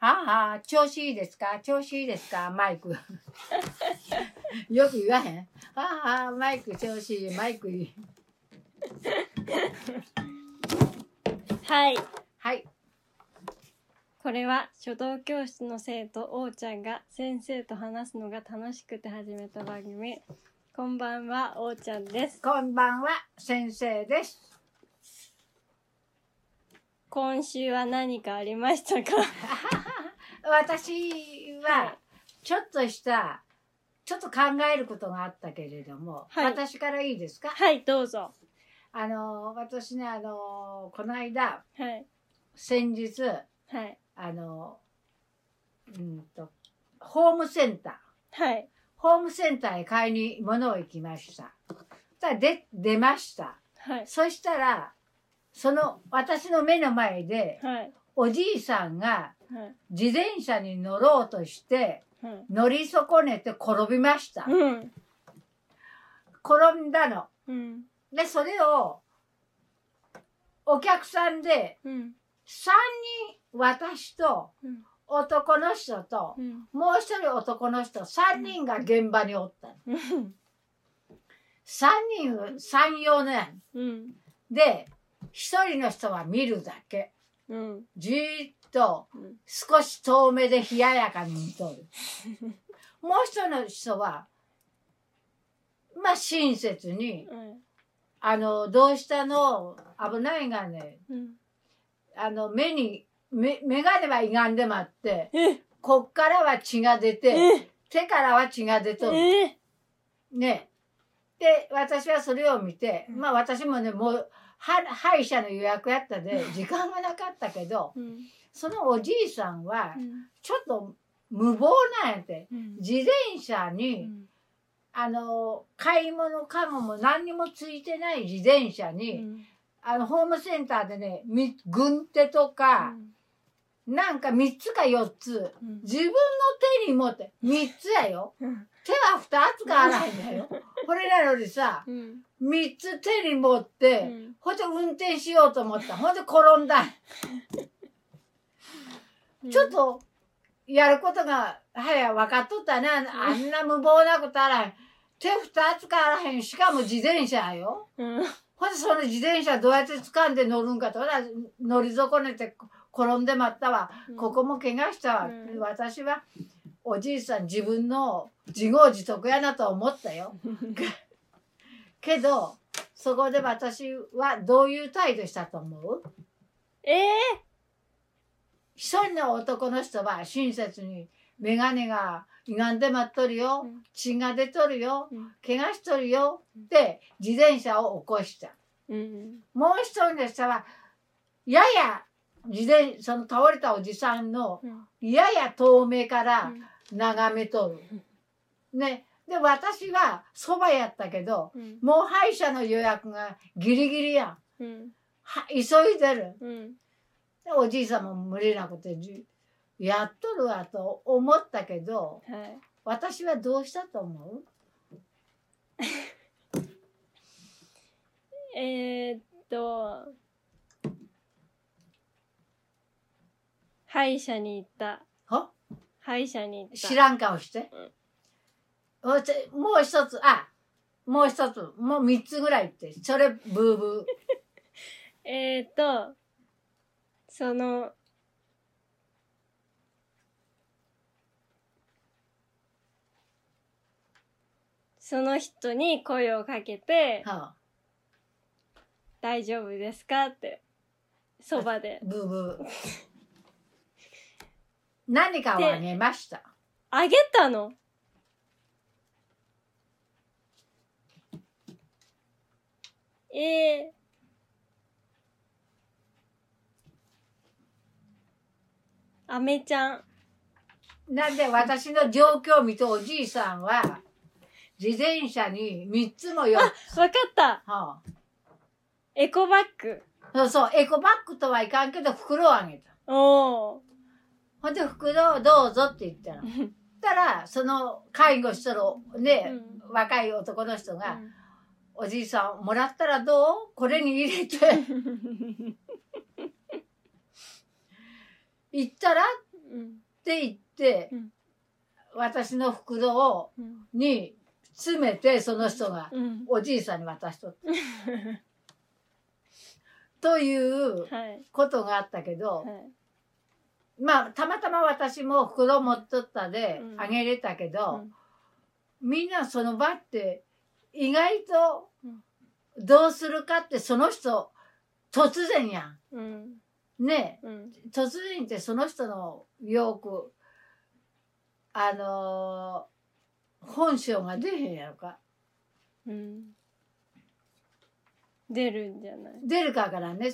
はあ、調子いいですか調子いいですかマイク。よく言わへんはあ、マイク調子いい、マイクいい。 はい。 はい。 これは書道教室の生徒おーちゃんが先生と話すのが楽しくて始めた番組。こんばんは、おーちゃんです。 こんばんは、先生です。 今週は何かありましたか？ 私はちょっと考えることがあったけれども、 はい、 私からいいですか？ はい、どうぞ。 私ね、この間、 はい、 先日、 はい、 ホームセンター、 はい、 ホームセンターへ買いに物を行きました。出ました。 はい、 そしたら、私の目の前で、 はい、 おじいさんがはい、 自転車に乗ろうとして、 はい、 乗り損ねて転びました。 うん、 転んだの。 うん、 で、それを、お客さんで、 うん、 3人、私と、男の人と、 うん、 もう一人男の人、3人が現場におったの。3人、3、4年。 うん、 で、1人の人は見るだけ。 うん、 じーっと、少し遠目で冷ややかに見とる。もう一人の人は、まあ親切に、どうしたの危ないがね、眼鏡は歪んでまって、こっからは血が出て、手からは血が出とる。ね。で、私はそれを見て、まあ私もね、もう、歯医者の予約やったで、時間がなかったけど、そのおじいさんは、ちょっと無謀なんやって、自転車に、買い物かごも何にもついてない自転車に、ホームセンターでね、軍手とか、なんか3つか4つ、自分の手に持って、3つやよ。手は2つかあらへんだよ。これなのにさ、3つ手に持って、ほんで運転しようと思った。ほんで転んだ。ちょっと、やることが、分かっとったな。あんな無謀なことあらへん。手2つかあらへん。しかも自転車やよ。ほんでその自転車どうやって掴んで乗るんかと。乗り損ねて転んでまったわ。ここも怪我したわ。私は、おじいさん自分の自業自得やなと思ったよ。けど、そこで私はどういう態度したと思う？一人の男の人は親切に眼鏡が歪んでまっとるよ、血が出とるよ、怪我しとるよって自転車を起こした。もう一人の人はややその倒れたおじさんのやや遠目から眺めとる。ね。で、私はそばやったけど、もう歯医者の予約がギリギリやん。急いでる。でおじいさんも無理なことやっとるわと思ったけど、私はどうしたと思う？ 歯医者に行った。歯医者に行った。 知らん顔して。もう一つ、もう3つぐらいって。それ、ブーブー。 その人に声をかけて、大丈夫ですかって、そばで。 ブーブー。何かをあげました。 あげたの？あめちゃん。 なんで私の状況を見ておじいさんは、自転車に3つも4つ。 わかった。エコバッグ。 そう、エコバッグとはいかんけど袋をあげた。 ほんで袋をどうぞって言ったの。たら、その介護しとるね、若い男の人が、おじいさんもらったらどう？これに入れて。言ったらっって言って、私の袋に詰めて、その人がおじいさんに渡しとった。ということがあったけど、まあたまたま私も袋持っとったであげれたけど、みんなその場って意外とどうするかってその人突然やん。ねえ、突然ってその人のよく本性が出へんやろか。 出るんじゃない？ 出るからね、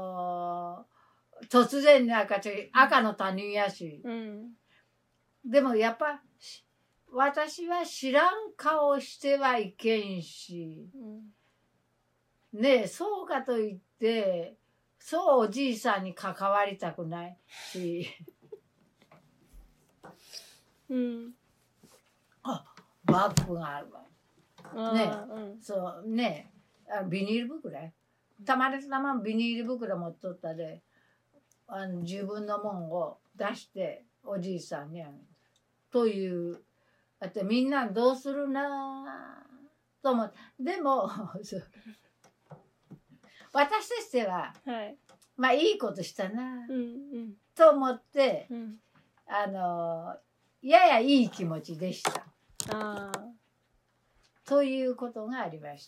突然なんか赤の他人やし。でもやっぱ私は知らん顔してはいけんし、ねえ、そうかといってそうおじいさんに関わりたくないし。あ、バッグがあるわ。ねえ、そうねえ、ビニール袋や。たまビニール袋持っとったで、自分のもんを出しておじいさんにあげるという。だってみんなどうするなと思って。でも私としては、まあいいことしたなと思って、ややいい気持ちでした。ということがありました。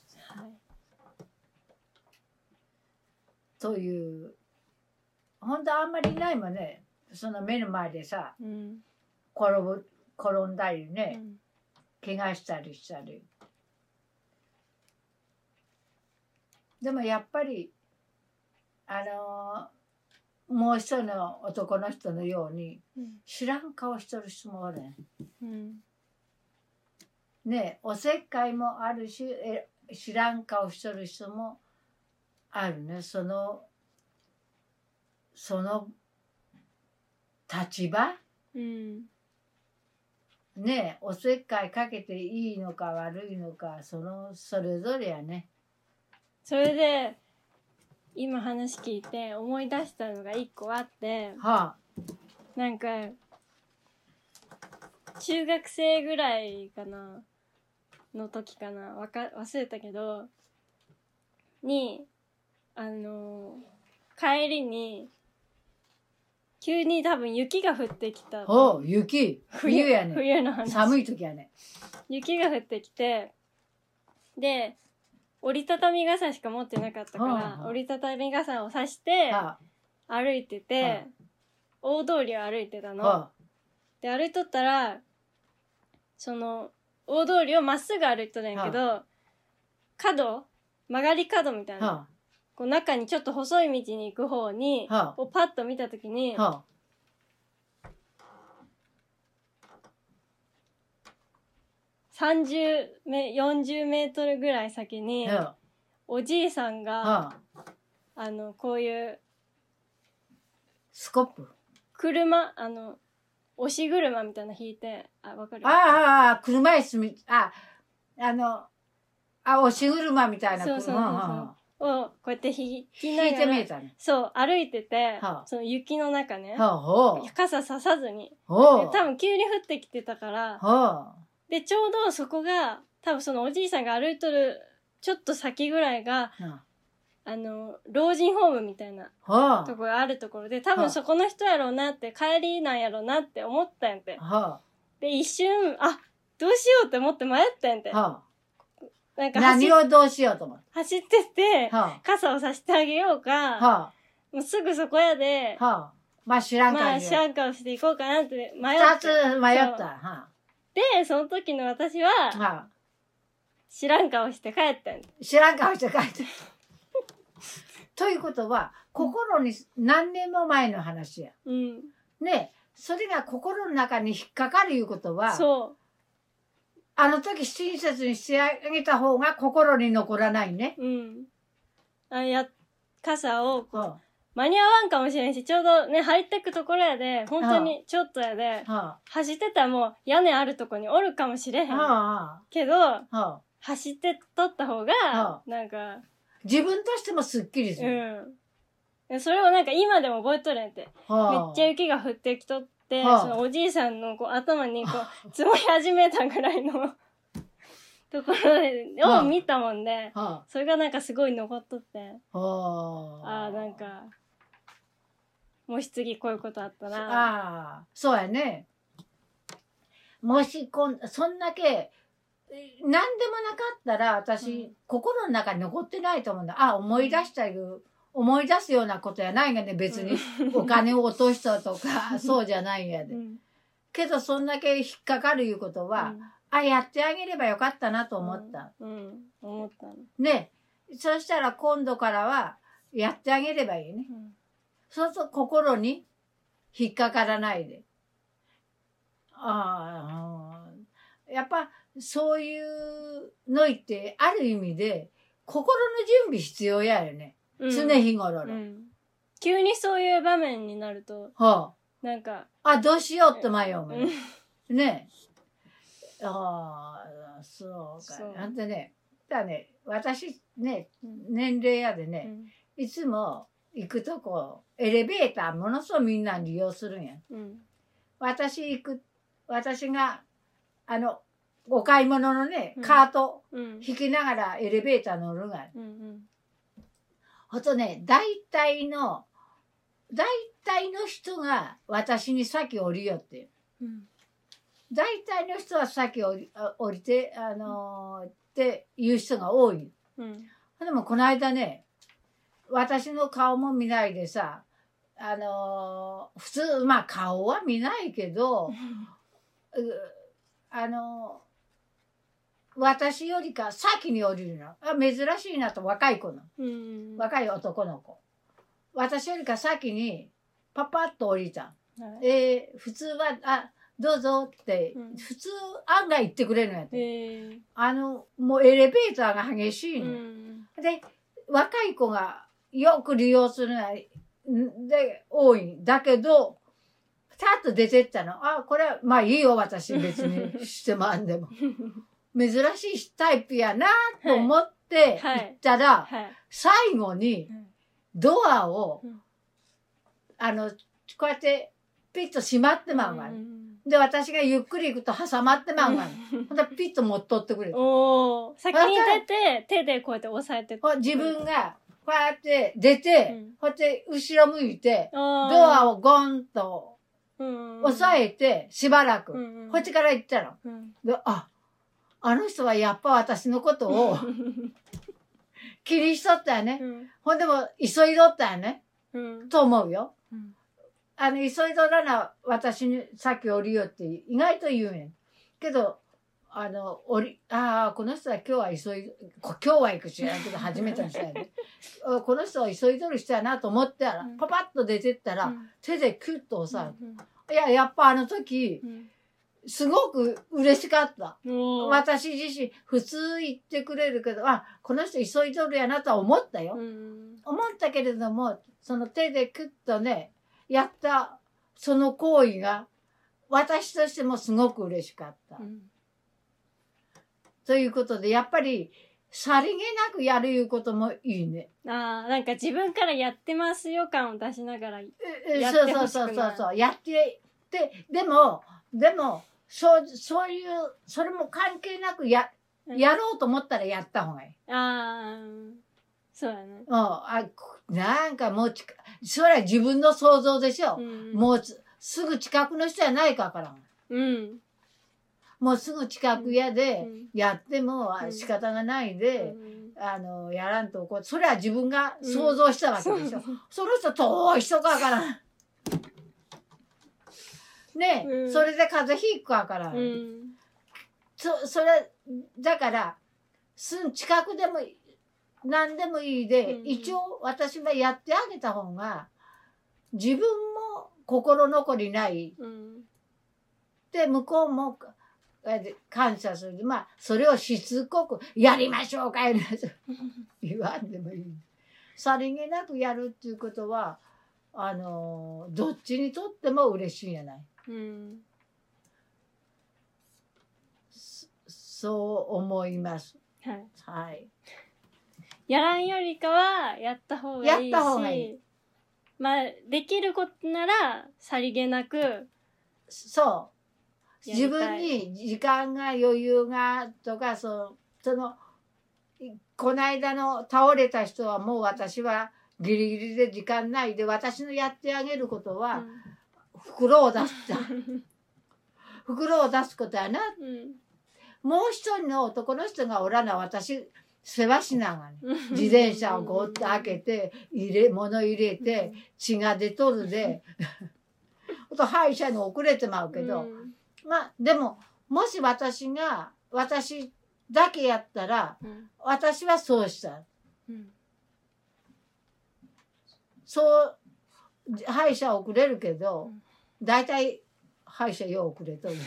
という、本当あんまりいないもんね。その目の前でさ、転んだりね、怪我したり。でもやっぱりもう一人の男の人のように知らん顔しとる人もおるね。ね、おせっかいもあるし、知らん顔しとる人もあるね。その立場、ね、おせっかいかけていいのか悪いのか、それぞれやね。 それで今話聞いて思い出したのが一個あって、なんか中学生ぐらいかなの時かな、忘れたけどに帰りに急に多分雪が降ってきた。 雪、冬やね。 冬の話。 寒い時やね。 雪が降ってきて、で折りたたみ傘しか持ってなかったから、折りたたみ傘を差して歩いてて、大通りを歩いてたの。で歩いとったら、その大通りをまっすぐ歩いとるんやけど、曲がり角みたいな、こう中にちょっと細い道に行く方に、をパッと見たときに、40メートルぐらい先に、おじいさんが、こういうスコップ、 車、押し車みたいなの引いて、わかる？ 車椅子押し車みたいな。 をこうやって引きながら、そう歩いてて、その雪の中ね、傘ささずに、多分急に降ってきてたから、でちょうどそこが多分そのおじいさんが歩いとるちょっと先ぐらいが、老人ホームみたいなとこがあるところで、多分そこの人やろうなって、帰りなんやろうなって思ったんやって。で一瞬どうしようって思って迷ったんやって。なんか何をどうしようと思って走ってって、傘をさしてあげようか、もうすぐそこやで、 まあ知らん顔していこうかなって迷った。2つ迷った。 で、その時の私は、知らん顔して帰ったん。 知らん顔して帰った。ということは、心に何年も前の話や。ね、それが心の中に引っかかるいうことは、あの時親切にしてあげた方が心に残らないね。 傘を間に合わんかもしれんし、ちょうどね、入ってくところやで、本当にちょっとやで、走ってたらもう屋根あるとこにおるかもしれへん。けど、走ってとった方が、なんか、 自分としてもスッキリする。 それをなんか今でも覚えとるんやって。めっちゃ雪が降ってきとって、そのおじいさんのこう頭にこう積もり始めたぐらいのところを見たもんで、それがなんかすごい残っとって、ああなんかもし次こういうことあったら、 そうやね。もしそんだけ何でもなかったら私、心の中に残ってないと思うんだ。思い出すようなことやないがね、別にお金を落としたとかそうじゃないんやで、けどそんだけ引っかかるいうことは、やってあげればよかったなと思った、 思ったのね。そしたら今度からはやってあげればいいね、そうすると心に引っかからないで、やっぱそういうのってある意味で心の準備必要やよね、常日頃の、 急にそういう場面になると、なんかどうしようって迷うもんね。そうか。あんたね、私ね、年齢やでね、いつも行くとこエレベーターものすごいみんな利用するんや、私がお買い物のね、カート引きながらエレベーター乗るが、ほんとね、大体の人が私に先降りよって、大体の人は先降りてっていう人が多い、でもこの間ね、私の顔も見ないでさ、普通顔は見ないけど私よりか先に降りるの珍しいなと、若い男の子、私よりか先にパパッと降りた、普通はどうぞって、普通案外言ってくれるのやって、もうエレベーターが激しいの、で若い子がよく利用するので多いんだけど、さっと出てったの。これはいいよ、私別にしてもあんでも珍しいタイプやなと思って行ったら、最後にドアをこうやってピッと閉まってまうわ、で私がゆっくり行くと挟まってまうわ、ほんでピッと持っとってくれる。 先に出て手でこうやって押さえて、 自分がこうやって出て、こうやって後ろ向いてドアをゴンと押さえてしばらくこっちから行ったの、であの人はやっぱ私のことを気にしとったよね、ほんでも急いどったよね、と思うよ、急いどらな私に先降りよって意外と言うんやけど、この人は今日は行くしやけど初めての人やでこの人は急いどる人やなと思ったら、パパッと出てったら、手でキュッと押さえて、やっぱあの時、すごく嬉しかった。私自身普通言ってくれるけど、この人急いどるやなとは思ったよ、思ったけれども、その手でキュッとねやったその行為が私としてもすごく嬉しかった、ということで、やっぱりさりげなくやるいうこともいいね。 なんか自分からやってますよ感を出しながらやってほしくない。 そうやってでもそういうそれも関係なくやろうと思ったらやった方がいい。 そうやね。 なんかもうそれは自分の想像でしょ、もうすぐ近くの人じゃないから、もうすぐ近くやでやっても仕方がないで、やらんとそれは自分が想像したわけでしょ、その人遠い人かからんね、それで風邪ひくかから、それだから近くでも何でもいいで、一応私はやってあげた方が自分も心残りない、で向こうも感謝する。それをしつこくやりましょうか言わんでもいい。さりげなくやるっていうことはどっちにとっても嬉しいんやない、そう思います。はい。 やらんよりかはやった方がいいし、できることならさりげなくそう。自分に時間が余裕がとか、この間の倒れた人はもう私はギリギリで時間ないで、私のやってあげることは、袋を出す袋を出すことやな。もう一人の男の人がおらな、私、世話しながら、自転車をゴーッと開けて、物入れて、血が出とるで、歯医者に遅れてまうけど、まあ、でも、もし私だけやったら、私はそうした。歯医者遅れるけど、だいたい歯医者よう遅れとる。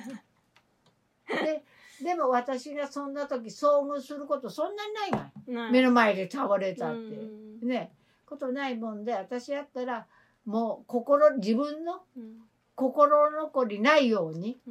でも私がそんな時遭遇することそんなにないが目の前で倒れたってねことないもんで、私やったらもう自分の心残りないように、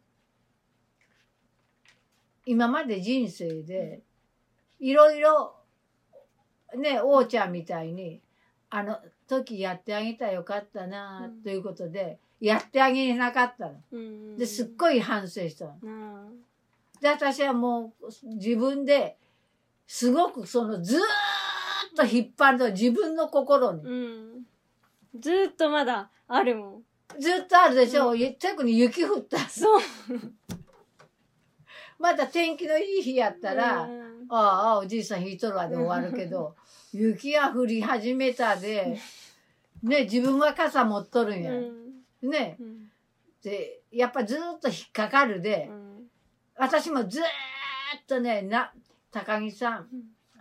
今まで人生でいろいろね、王ちゃんみたいにあの時やってあげたらよかったなということで、やってあげなかったの。ですっごい反省したの。で、私はもう自分ですごくずーっと引っ張ると自分の心に。 ずーっとまだあるもん。 ずっとあるでしょ。特に雪降った。 そう。 まだ天気のいい日やったら、ああ、おじいさん引いとるわで終わるけど、雪が降り始めたで、ね、自分は傘持っとるんや。ね。で、やっぱずーっと引っかかるで、私もずーっとね、高木さん、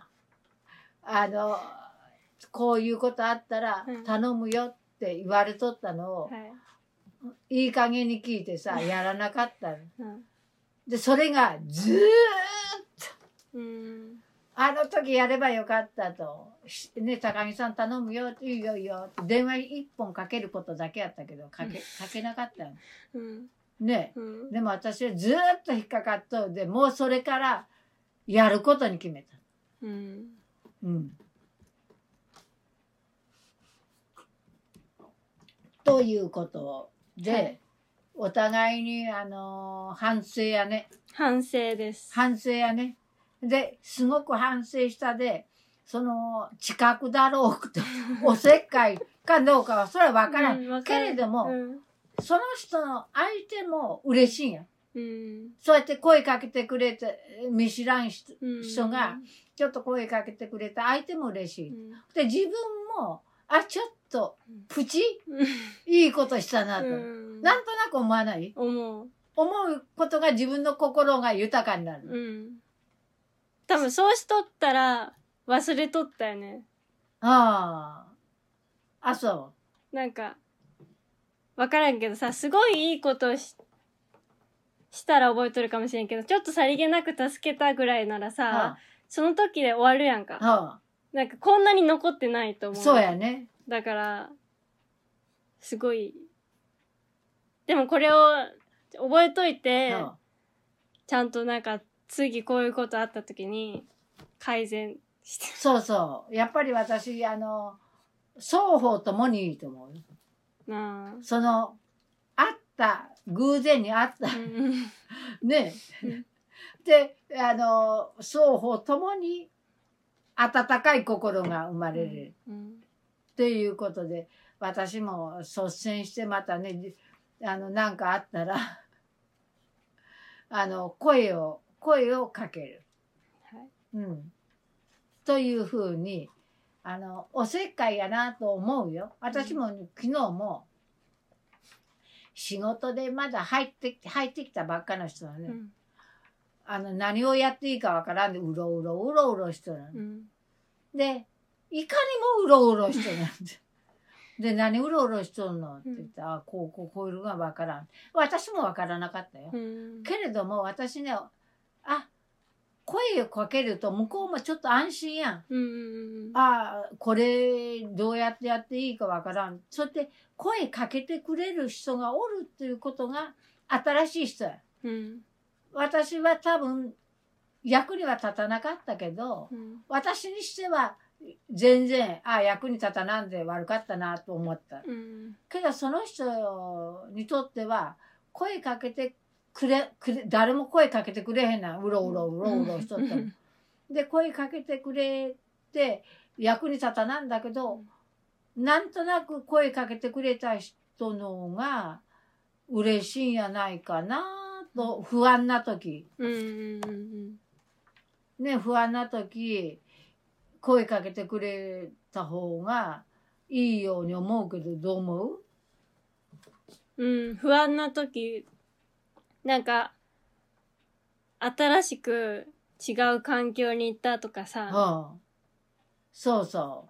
こういうことあったら頼むよって言われとったのを、いい加減に聞いてさ、やらなかったの。で、それがずーっと、あの時やればよかったと。ね、高木さん頼むよ、いいよいいよ。電話一本かけることだけやったけど、かけなかったの。ね、でも私はずーっと引っかかっとで、もうそれからやることに決めた。ということで、お互いに反省やね。 反省です。 反省やね。で、すごく反省したで、近くだろうと、おせっかいかどうかはそれは分からん。けれども、その人の相手も嬉しいんや。そうやって声かけてくれて、見知らん人がちょっと声かけてくれた相手も嬉しい。で、自分も、ちょっとプチいいことしたなと。なんとなく思わない？思うことが自分の心が豊かになる。 多分そうしとったら忘れとったよね。 そう。 なんか、わからんけどさ、すごいいいことをしたら覚えとるかもしれんけど、ちょっとさりげなく助けたぐらいならさ、その時で終わるやんか。なんかこんなに残ってないと思う。 そうやね。 だから、すごい。でもこれを覚えといて、ちゃんとなんか次こういうことあった時に改善して。 そうそう。やっぱり私、双方ともにいいと思う。偶然にあった。ね。で、双方ともに温かい心が生まれる。っていうことで、私も率先してまたね、なんかあったら、声をかける。というふうに、おせっかいやなと思うよ。私も昨日も、仕事でまだ入ってきたばっかの人はね、何をやっていいかわからんで、うろうろしてる。で、いかにもうろうろしてるんで。で、何うろうろしとんのって言って、こういうのがわからん。私もわからなかったよ。けれども、私ね、声をかけると向こうもちょっと安心やん。これどうやってやっていいかわからん。そうやって声かけてくれる人がおるっていうことが新しい人や。私は多分役には立たなかったけど、私にしては全然役に立たなんで悪かったなと思った、けどその人にとっては声かけてくれ誰も声かけてくれへんな、うろうろしとったので声かけてくれて役に立たなんだけど、なんとなく声かけてくれた人の方が嬉しいんやないかなと、不安な時、ね、不安な時声かけてくれた方がいいように思うけど、どう思う？不安な時、なんか新しく違う環境に行ったとかさ、 そうそう、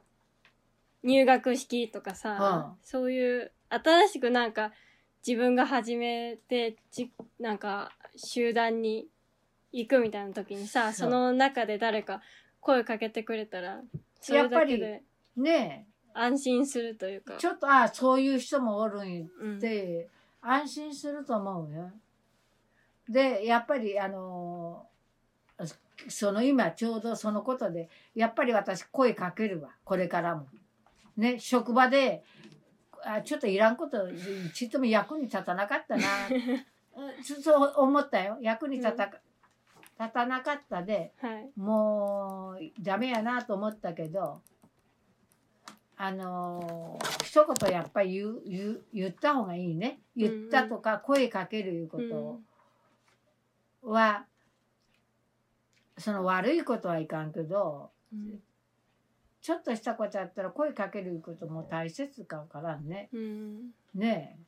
入学式とかさ、そういう新しくなんか自分が始めてなんか集団に行くみたいな時にさ、その中で誰か声かけてくれたら、それだけでね安心するというか、 ちょっとそういう人もおるんで、安心すると思うよ。でやっぱりその今ちょうどそのことでやっぱり私声かけるわ、これからもね。職場でちょっといらんことちっとも役に立たなかったなそう思ったよ。役に立たなかったで、もうダメやなと思ったけど、一言やっぱり言った方がいいね。言ったとか声かけるいうことは、その悪いことはいかんけど、ちょっとしたことあったら声かけることも大切かからんね。ねえ。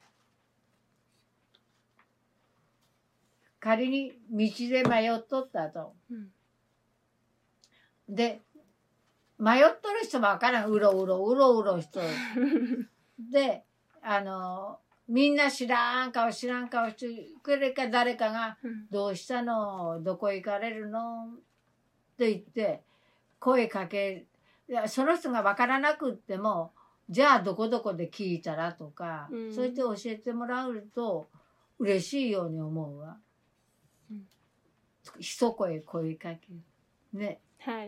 仮に道で迷っとったと。で、迷っとる人ばっかりうろうろしとる。で、みんな知らん顔してくれか誰かが、どうしたの？どこ行かれるの？って言って声かけ、その人が分からなくっても、じゃあどこどこで聞いたらとか、そうやって教えてもらうと嬉しいように思うわ。一声かけるね。 はい。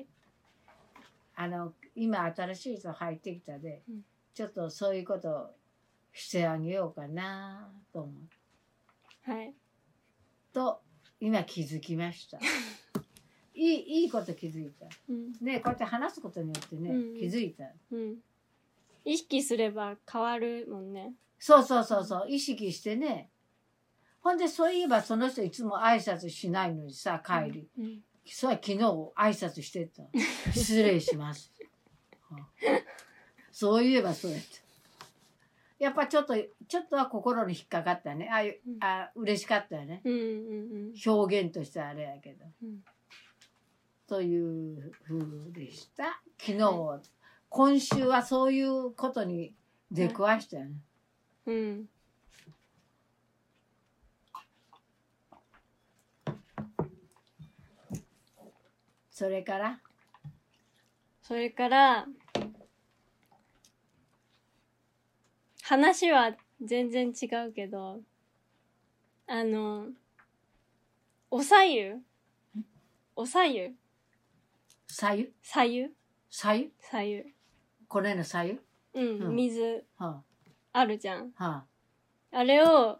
今新しい人入ってきたで、ちょっとそういうことしてあげようかなと思う。 はい。 と今気づきました。いいこと気づいた。ね、こうやって話すことによってね、気づいた。 意識すれば変わるもんね。 そう意識してね。ほんでそういえばその人いつも挨拶しないのにさ、帰り。そう昨日挨拶してた。失礼します。そういえばそうやった。やっぱちょっとは心に引っかかったね。嬉しかったよね。表現としてあれやけど。という風でした。昨日、今週はそういうことに出くわしたよね。それから話は全然違うけど、おさゆこれのさゆ、 水、あるじゃん、あれを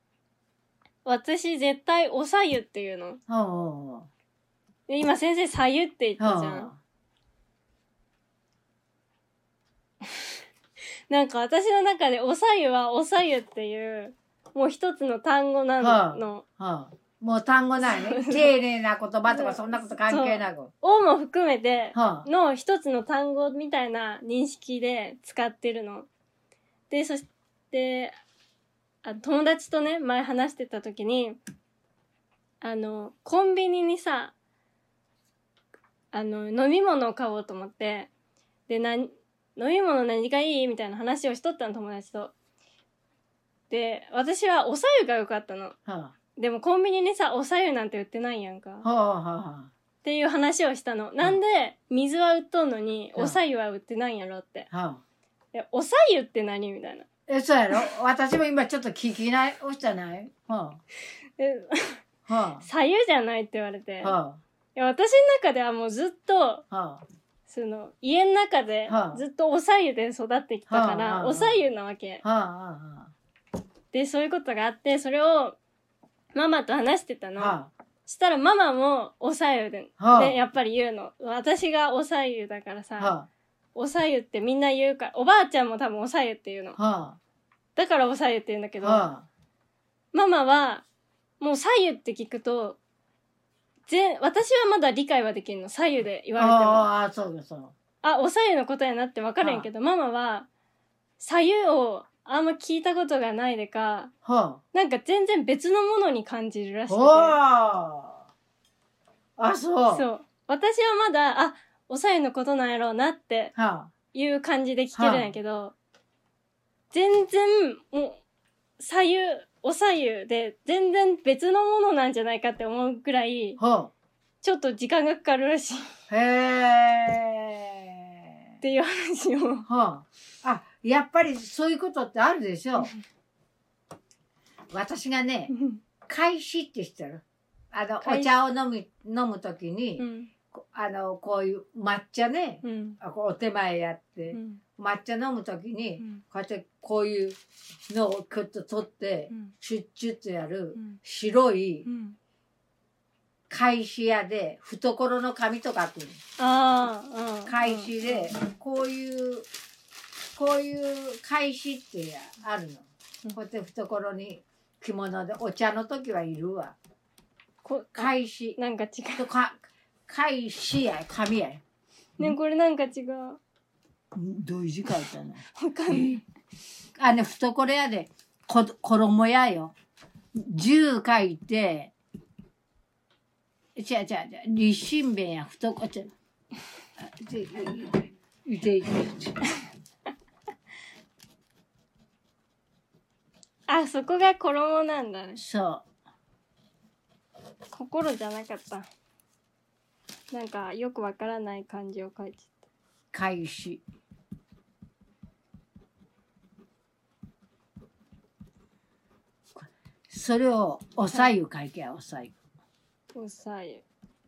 私絶対おさゆっていうの。で今先生さゆって言ったじゃん。なんか私の中でおさゆはおさゆっていうもう一つの単語なの。 もう単語ないね。丁寧な言葉とかそんなこと関係なく。 をも含めての一つの単語みたいな認識で使ってるの。で、そして友達とね前話してた時にコンビニにさ飲み物を買おうと思って、で飲み物何がいいみたいな話をしとったの、友達と。で私はおさゆが良かったの。でもコンビニにさおさゆなんて売ってないやんか。っていう話をしたの。なんで水は売っとんのにおさゆは売ってないんやろって。でおさゆって何みたいな。 そうやろ。私も今ちょっと聞き直したない。 さゆじゃないって言われて。私の中ではもうずっとその家の中でずっとおさゆで育ってきたから、おさゆなわけ。で、そういうことがあって、それをママと話してたの。そしたらママもおさゆで、やっぱり言うの。私がおさゆだからさ、おさゆってみんな言うから、おばあちゃんも多分おさゆって言うの。だからおさゆって言うんだけど、ママは、もうさゆって聞くと、私はまだ理解はできるの。さゆで言われても。 そうだそう。 おさゆのことやなって分かるんやけど、ママは、さゆをあんま聞いたことがないでか、なんか全然別のものに感じるらしくて。 そう。 そう。私はまだ、おさゆのことなんやろうなっていう感じで聞けるんやけど、全然、もう、おさゆで全然別のものなんじゃないかって思うくらい、ちょっと時間がかかるらしい。っていう話を。 やっぱりそういうことってあるでしょ。私がね、開始って知ってる？お茶を飲むときに、こういう抹茶ね、お手前やって、抹茶飲むときに、こうやってこういうのをクッと取って、チュッチュッとやる白い返し屋で懐の紙と書くの。返しでこういう返しってあるの。こうやって懐に着物でお茶の時はいるわ。返し。 なんか違う。 返しや紙や。 ね、これなんか違う。 どういう字書いたの？ わかんない。 懐屋で衣屋よ。十書いて。立身弁や懐ちゃそこが衣なんだね。 そう。 心じゃなかった。なんかよくわからない漢字を書いてた。 返し。それをおさゆ書いておさゆ。 おさゆ。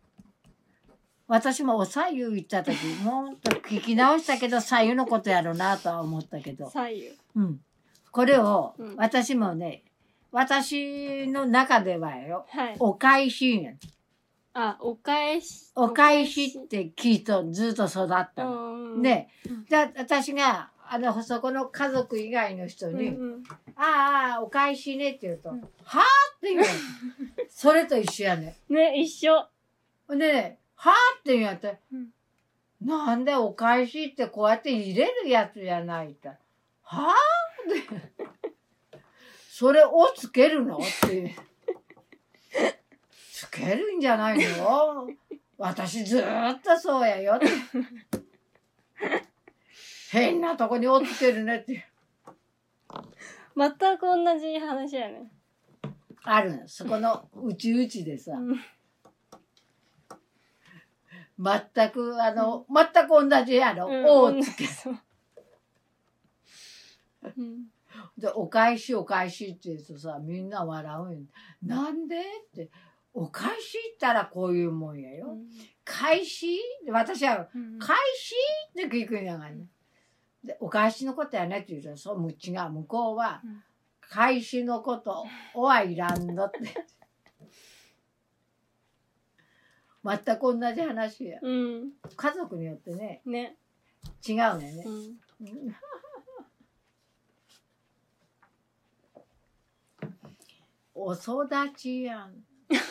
私もおさゆ言った時もう聞き直したけどさゆのことやろうなとは思ったけど。 さゆ。 これを、私もね、私の中ではよ、お返しやん。 お返し。 お返しって聞いとずっと育ったの。ね、私がそこの家族以外の人に、お返しねって言うと、はぁって言うの。それと一緒やね。 ね、一緒。 でね、はぁって言うんやって、なんでお返しってこうやって入れるやつじゃないって。はぁって。それをつけるのって。つけるんじゃないの？私ずーっとそうやよって。変なとこにおつけるねって。 全く同じ話やね。 あるの。そこのうちでさ。全く同じやろ。おをつける。で、お返しって言うとさ、みんな笑うんよ。なんでって。お返しったらこういうもんやよ。返し私は、返しって聞くんやがね。で、お返しのことやねって言うと、そう、違う。向こうは、返しのことはいらんのって。全く同じ話や。家族によってね。違うよね。お育ちやん。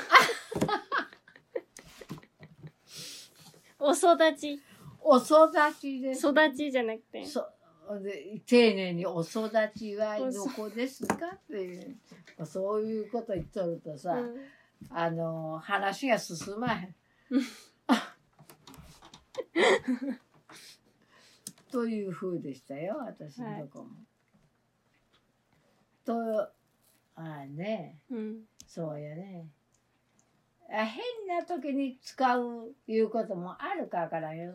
お育ち。 お育ちです。 育ちじゃなくて。 丁寧にお育ちはどこですかっていう。そういうこと言っとるとさ、話が進まへん。という風でしたよ、私のとこも。そうやね。変な時に使ういうこともあるからよ。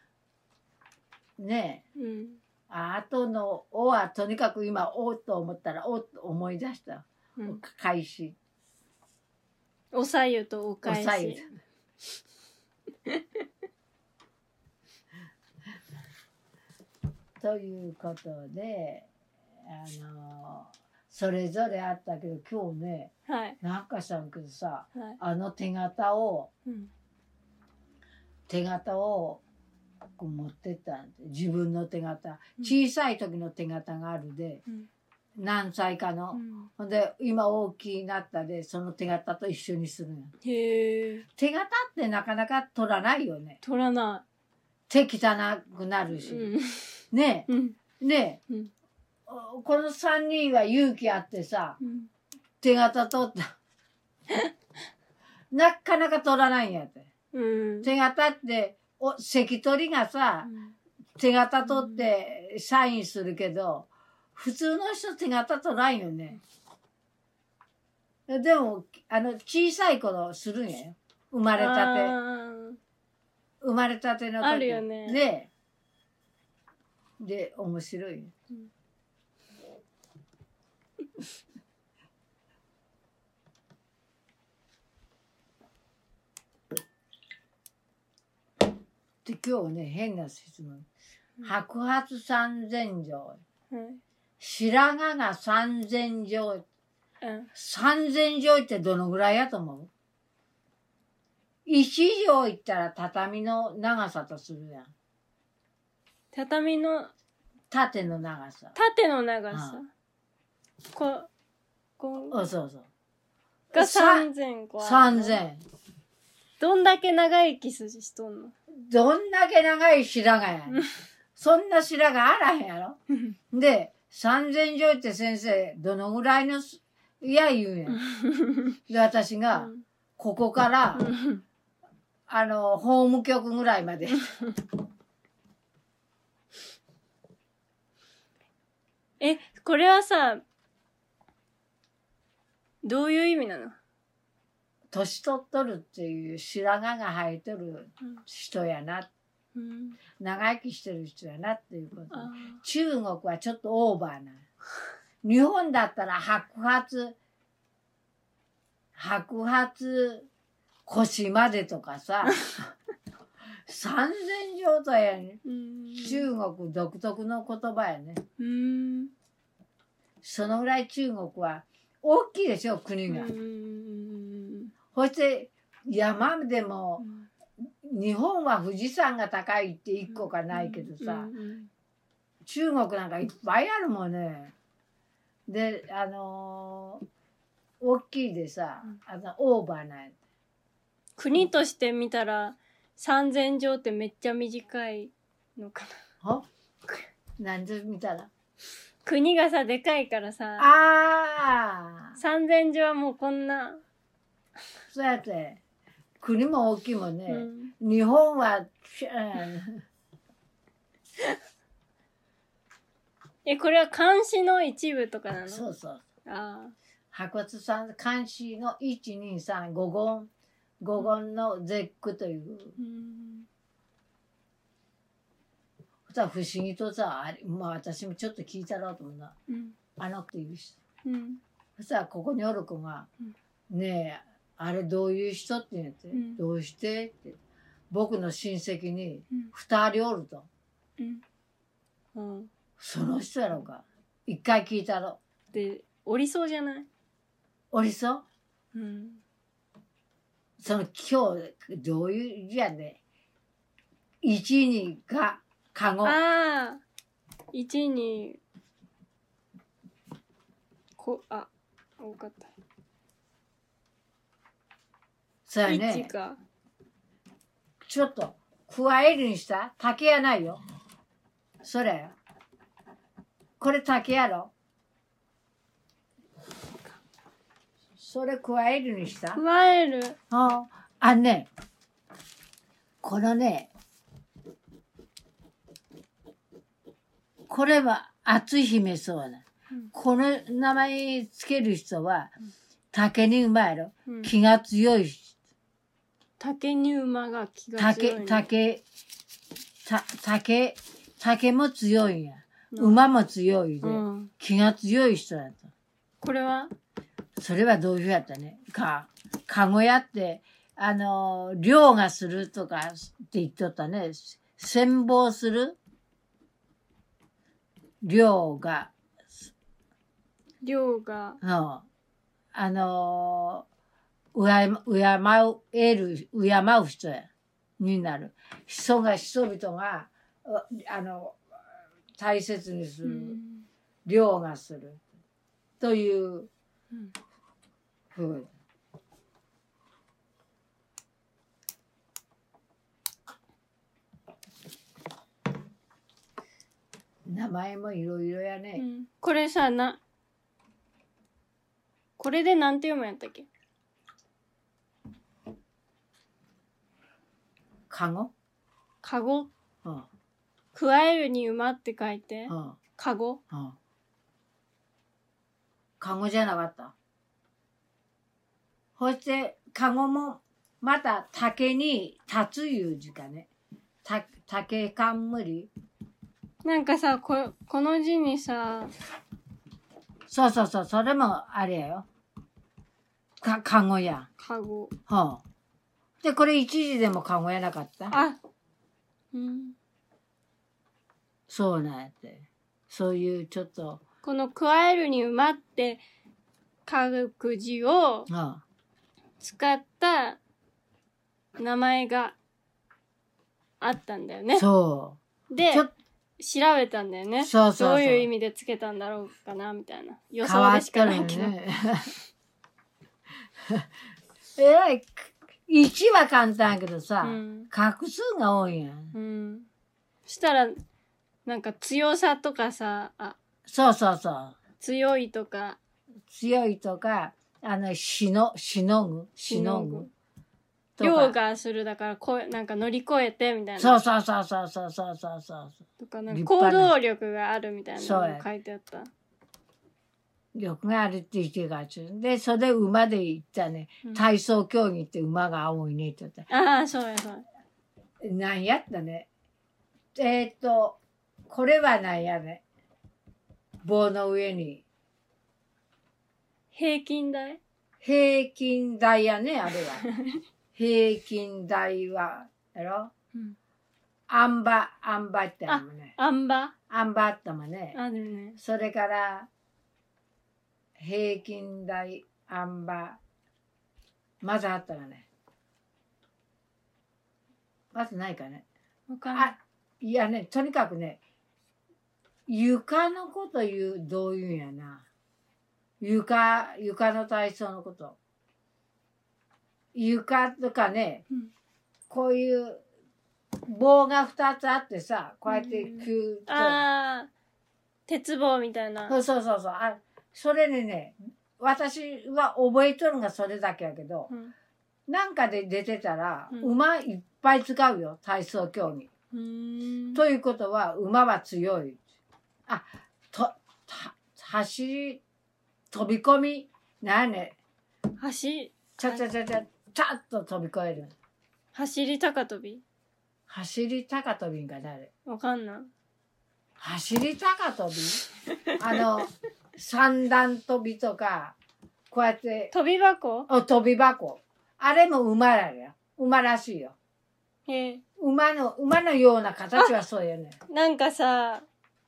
ねえ。後の「お」はとにかく今「お」と思ったら「お」と思い出した。返し。 おさゆとお返し。 ということで、それぞれあったけど、今日ね、 はい、 なんかしたんけどさ、 はい、 手形を、こう持ってったんで、自分の手形、小さい時の手形があるで、何歳かの、ほんで今大きいなったで、その手形と一緒にするの。 へえ。 手形ってなかなか取らないよね。 取らない。 手汚くなるし、ねえ、ねえ、この3人は勇気あってさ、手形取ったなかなか取らないんやって、手形って関取がさ、手形取ってサインするけど、普通の人手形取らんよね。でも小さい頃するんやよ、生まれたての時あるよね。 で面白い、で今日ね、変な質問。白髪三千丈、白髪が三千丈、三千丈ってどのぐらいやと思う？一畳いったら畳の長さとするやん。 畳の縦の長さ。 縦の長さ。 そうそう。 が3000個ある。 3000。 どんだけ長生きしとんの？ どんだけ長い白髪や。そんな白髪あらへんやろ。で、3000丈って先生、どのぐらいの、いや言うんや。で、私が、ここから、法務局ぐらいまで。 これはさ、どういう意味なの？ 年取っとるっていう白髪が生えとる人やな、長生きしてる人やなっていうこと。中国はちょっとオーバーな。日本だったら白髪腰までとかさ3000丈とやね。中国独特の言葉やね。そのぐらい中国は大きいでしょ、国が。そして山でも、日本は富士山が高いって1個かないけどさ、中国なんかいっぱいあるもんね。で、大きいでさ、オーバーなやつ。 国として見たら3000丈ってめっちゃ短いのかな。 は？なんで見たら？ 国がさ、でかいからさ。3000丈はもうこんな。 そうやって。国も大きいもんね。日本は、 これは漢詩の一部とかなの？ そうそう。白髪さん、漢詩の1、2、3、5言の絶句という。不思議とさ、まあ私もちょっと聞いたろうと思うな。っていう人。そしたらここにおる子が、ねえ、あれどういう人って言って、どうしてって。僕の親戚に2人おると。その人やろうか。一回聞いたろ。 で、おりそうじゃない？ おりそう？その今日、どういう字やで。1、2が、かご。 1、2、多かった。 そうやね。ちょっと、加えるにした竹やないよ。それよ。これ竹やろ。それ加えるにした？ 加える。 ね、このね、これは篤姫そうな。この名前つける人は、竹に馬やろ。気が強い。 竹に馬が気が強い。 竹も強いんや。馬も強いで、気が強い人だと。 これは？ それはどういうふうやったね。かごやって、漁がするとかって言っとったね。潜望する？ 量が、 うん、敬う人になる。人々が、大切にする。凌駕する。というふう。名前もいろいろやね。 これさ、これでなんて読むんやったっけ？ かご？ かご？うん。加えるに馬って書いて。うん。かご？うん。 かごじゃなかった。そして、かごも、また竹に立ついう字かね。竹冠。 なんかさ、この字にさ。 そう、それもあれやよ。かごや。 かご。 はあ。で、これ一時でもかごやなかった？ うん。 そうなんやって。そういうちょっと。 この加えるに馬って書く字を使った名前があったんだよね。 そう。 で、調べたんだよね。 そう。 どういう意味でつけたんだろうかな、みたいな。予想でしかないけど。ね、 えらい、1は簡単やけどさ、画数が多いやん。 そしたら、なんか強さとかさ、 そう。 強いとか、 しのぐ。 凌駕するだから、なんか乗り越えてみたいな。 そう。 とか、なんか行動力があるみたいなのが書いてあった。 力があるって言ってがち。で、それで馬で行ったね。体操競技って馬が多いねって言った。 そうや。 なんやったね。これはなんやね。棒の上に。 平均台やね、あれは。平均台は、やろ？あんばってあるもんね。あんばあったもんね。 あるね。 それから、平均台、あんば。まずあったがね。まずないかね。 わかんない。 いやね、とにかくね、床のことどういうんやな。床の体操のこと。床とかね、こういう棒が2つあってさ、こうやって鉄棒みたいな。 そう。それでね、私は覚えとるのがそれだけやけど、なんかで出てたら、馬いっぱい使うよ、体操競技。ということは、馬は強い。飛び込み、なんね。ちゃっと飛び越える。 走り高跳びが誰？ わかんない。 走り高跳び三段跳びとか、こうやって。 跳び箱。 あれも馬らしいよ。馬のような形はそうよね。 なんかさ、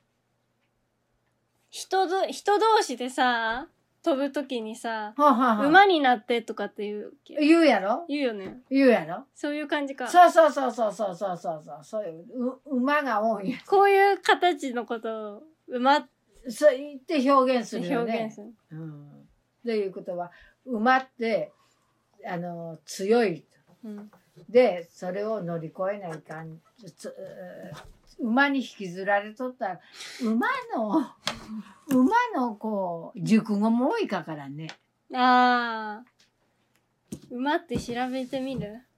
人同士でさ、飛ぶときにさ、馬になってとかって言う。 言うやろ？ 言うよね。 言うやろ？ そういう感じか。 そう。そういう、馬が多い。 こういう形のことを、馬そう言って表現するよね。 表現する。 ということは、馬って、強い。で、それを乗り越えないかん。馬に引きずられとったら、馬のこう、熟語も多いからね。 馬って調べてみる？